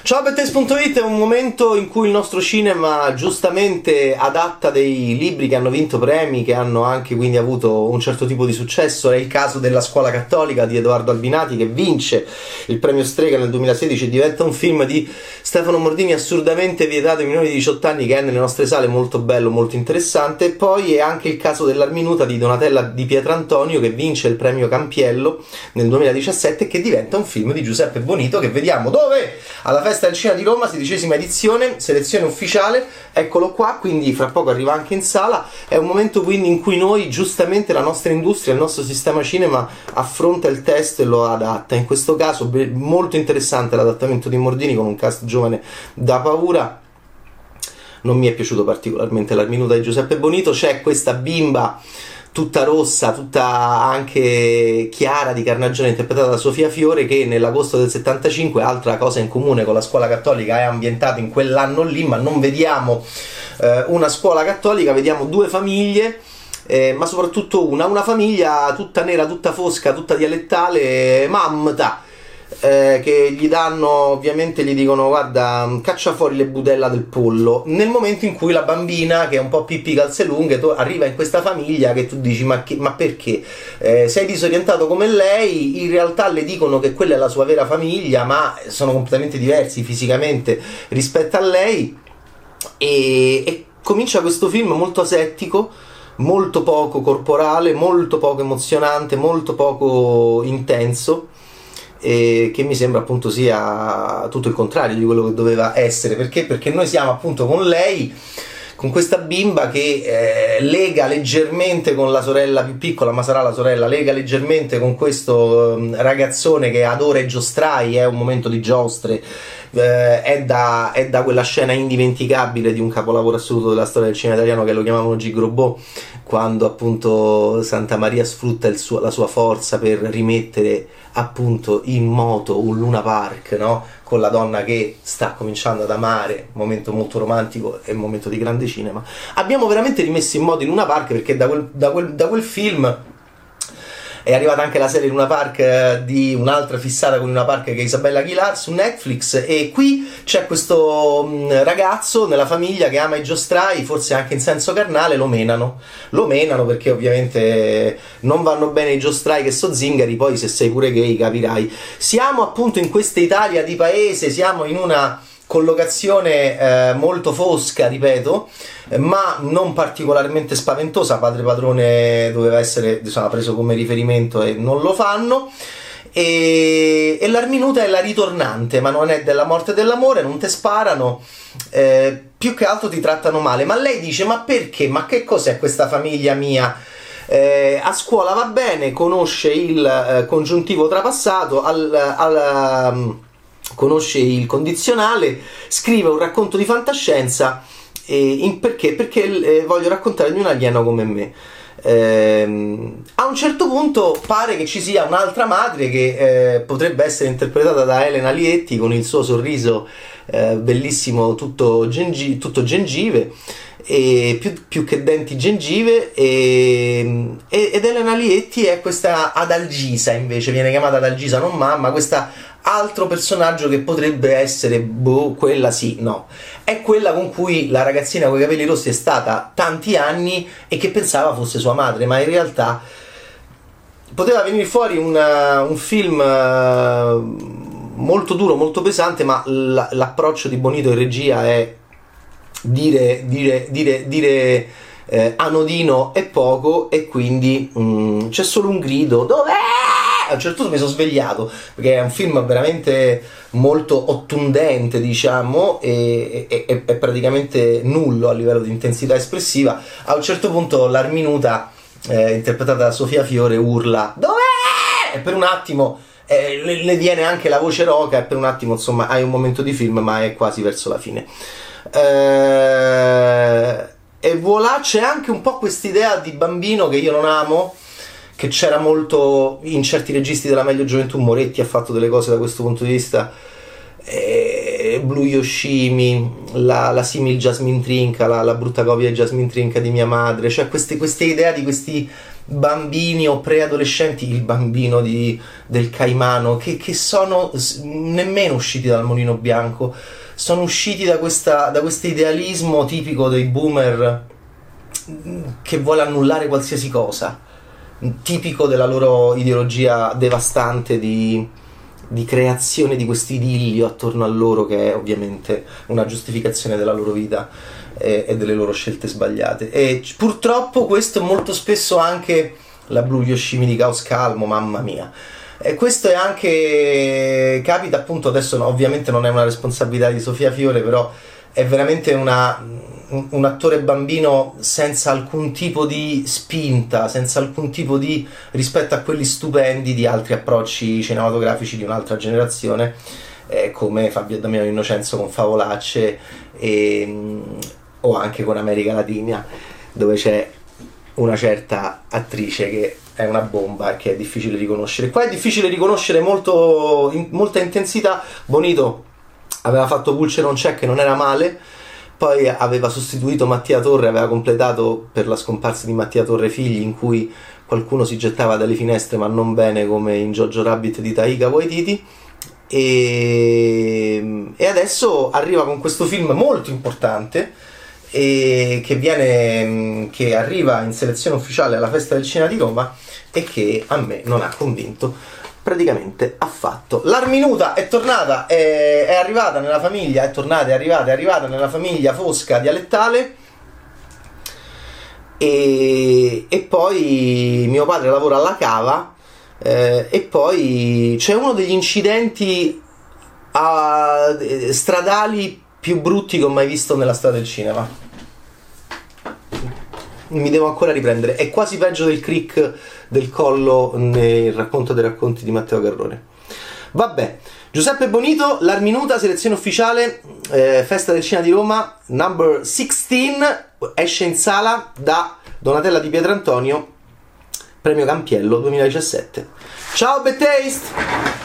Ciao Bettes.it è un momento in cui il nostro cinema giustamente adatta dei libri che hanno vinto premi, che hanno anche quindi avuto un certo tipo di successo. È il caso della Scuola Cattolica di Edoardo Albinati, che vince il premio Strega nel 2016 e diventa un film di Stefano Mordini assurdamente vietato ai minori di 18 anni, che è nelle nostre sale, molto bello, molto interessante. Poi è anche il caso dell'Arminuta di Donatella Di Pietrantonio, che vince il premio Campiello nel 2017 e che diventa un film di Giuseppe Bonito, che vediamo dove? Alla Festa del Cinema di Roma, 16ª edizione, selezione ufficiale, eccolo qua, quindi fra poco arriva anche in sala. È un momento quindi in cui noi, giustamente, la nostra industria, il nostro sistema cinema affronta il testo e lo adatta. In questo caso molto interessante l'adattamento di Mordini con un cast giovane da paura. Non mi è piaciuto particolarmente l'Arminuta di Giuseppe Bonito. C'è questa bimba tutta rossa, tutta anche chiara di carnagione, interpretata da Sofia Fiore, che nell'agosto del 75, altra cosa in comune con la Scuola Cattolica, è ambientato in quell'anno lì, ma non vediamo una scuola cattolica, vediamo due famiglie, ma soprattutto una famiglia tutta nera, tutta fosca, tutta dialettale, mamta, che gli danno, ovviamente gli dicono: guarda, caccia fuori le budella del pollo, nel momento in cui la bambina, che è un po' Pippi Calzelunghe, arriva in questa famiglia che tu dici ma perché? Sei disorientato come lei. In realtà le dicono che quella è la sua vera famiglia, ma sono completamente diversi fisicamente rispetto a lei, e comincia questo film molto asettico, molto poco corporale, molto poco emozionante, molto poco intenso, che mi sembra appunto sia tutto il contrario di quello che doveva essere. Perché noi siamo appunto con lei, con questa bimba che lega leggermente con la sorella più piccola, ma sarà la sorella, lega leggermente con questo ragazzone che adora i giostrai. È un momento di giostre, è da quella scena indimenticabile di un capolavoro assoluto della storia del cinema italiano, che lo chiamavano Gigrobò, quando appunto Santa Maria sfrutta la sua forza per rimettere appunto in moto un Luna Park, no? Con la donna che sta cominciando ad amare, momento molto romantico e momento di grande cinema. Abbiamo veramente rimesso in moto in Luna Park, perché da quel film è arrivata anche la serie Luna Park di un'altra fissata con Luna Park, che è Isabella Aguilar, su Netflix. E qui c'è questo ragazzo nella famiglia che ama i giostrai, forse anche in senso carnale. Lo menano perché ovviamente non vanno bene i giostrai, che so zingari. Poi se sei pure gay capirai. Siamo appunto in questa Italia di paese, siamo in una collocazione molto fosca, ripeto, ma non particolarmente spaventosa. Padre Padrone doveva essere, insomma, preso come riferimento e non lo fanno. E l'Arminuta è la ritornante, ma non è della morte e dell'amore, non te sparano, più che altro ti trattano male. Ma lei dice: ma perché? Ma che cos'è questa famiglia mia? A scuola va bene, conosce il congiuntivo trapassato, conosce il condizionale, scrive un racconto di fantascienza, perché voglio raccontare di un alieno come me. A un certo punto pare che ci sia un'altra madre che potrebbe essere interpretata da Elena Lietti, con il suo sorriso bellissimo, tutto gengive, e più che denti gengive, ed Elena Lietti è questa Adalgisa, invece viene chiamata Adalgisa, non mamma, questa altro personaggio che potrebbe essere, quella sì, no, è quella con cui la ragazzina con i capelli rossi è stata tanti anni e che pensava fosse sua madre, ma in realtà poteva venire fuori un film molto duro, molto pesante. Ma l'approccio di Bonito in regia è dire anodino e poco, e quindi c'è solo un grido: dov'è? A un certo punto mi sono svegliato, perché è un film veramente molto ottundente, diciamo, e praticamente nullo a livello di intensità espressiva. A un certo punto l'Arminuta, interpretata da Sofia Fiore, urla: dov'è? E per un attimo le viene anche la voce roca, e per un attimo, insomma, hai un momento di film, ma è quasi verso la fine. E voilà, c'è anche un po' quest'idea di bambino che io non amo, che c'era molto in certi registi della meglio gioventù. Moretti ha fatto delle cose da questo punto di vista Blue Yoshimi, la simil Jasmine Trinca, la brutta copia di Jasmine Trinca di mia madre, cioè queste idee di questi bambini o preadolescenti, il bambino del Caimano, che sono nemmeno usciti dal Mulino Bianco, sono usciti da questo idealismo tipico dei boomer che vuole annullare qualsiasi cosa, tipico della loro ideologia devastante di creazione di questo idillio attorno a loro, che è ovviamente una giustificazione della loro vita e delle loro scelte sbagliate. E purtroppo questo è molto spesso anche la Blue Yoshimi di Caos Calmo, mamma mia. E questo è anche, capita appunto, adesso ovviamente non è una responsabilità di Sofia Fiore, però è veramente un attore bambino senza alcun tipo di spinta, senza alcun tipo di rispetto a quelli stupendi di altri approcci cinematografici di un'altra generazione, come Fabio e Damiano Innocenzo con Favolacce o anche con America Latina, dove c'è una certa attrice che è una bomba e che è difficile riconoscere. Qua è difficile riconoscere molta intensità. Bonito aveva fatto Pulce non c'è, che non era male, poi aveva sostituito Mattia Torre, aveva completato per la scomparsa di Mattia Torre figli, in cui qualcuno si gettava dalle finestre, ma non bene come in Jojo Rabbit di Taika Waititi, e adesso arriva con questo film molto importante, e che arriva in selezione ufficiale alla Festa del Cinema di Roma e che a me non ha convinto praticamente affatto. L'Arminuta è tornata, è arrivata nella famiglia, è arrivata nella famiglia fosca dialettale, e poi mio padre lavora alla cava, e poi c'è uno degli incidenti stradali più brutti che ho mai visto nella storia del cinema. Mi devo ancora riprendere, è quasi peggio del Crick del Collo nel Racconto dei racconti di Matteo Garrone. Vabbè, Giuseppe Bonito, L'Arminuta, selezione ufficiale, Festa del Cinema di Roma, number 16, esce in sala da Donatella Di Pietrantonio, premio Campiello 2017. Ciao Bad Taste!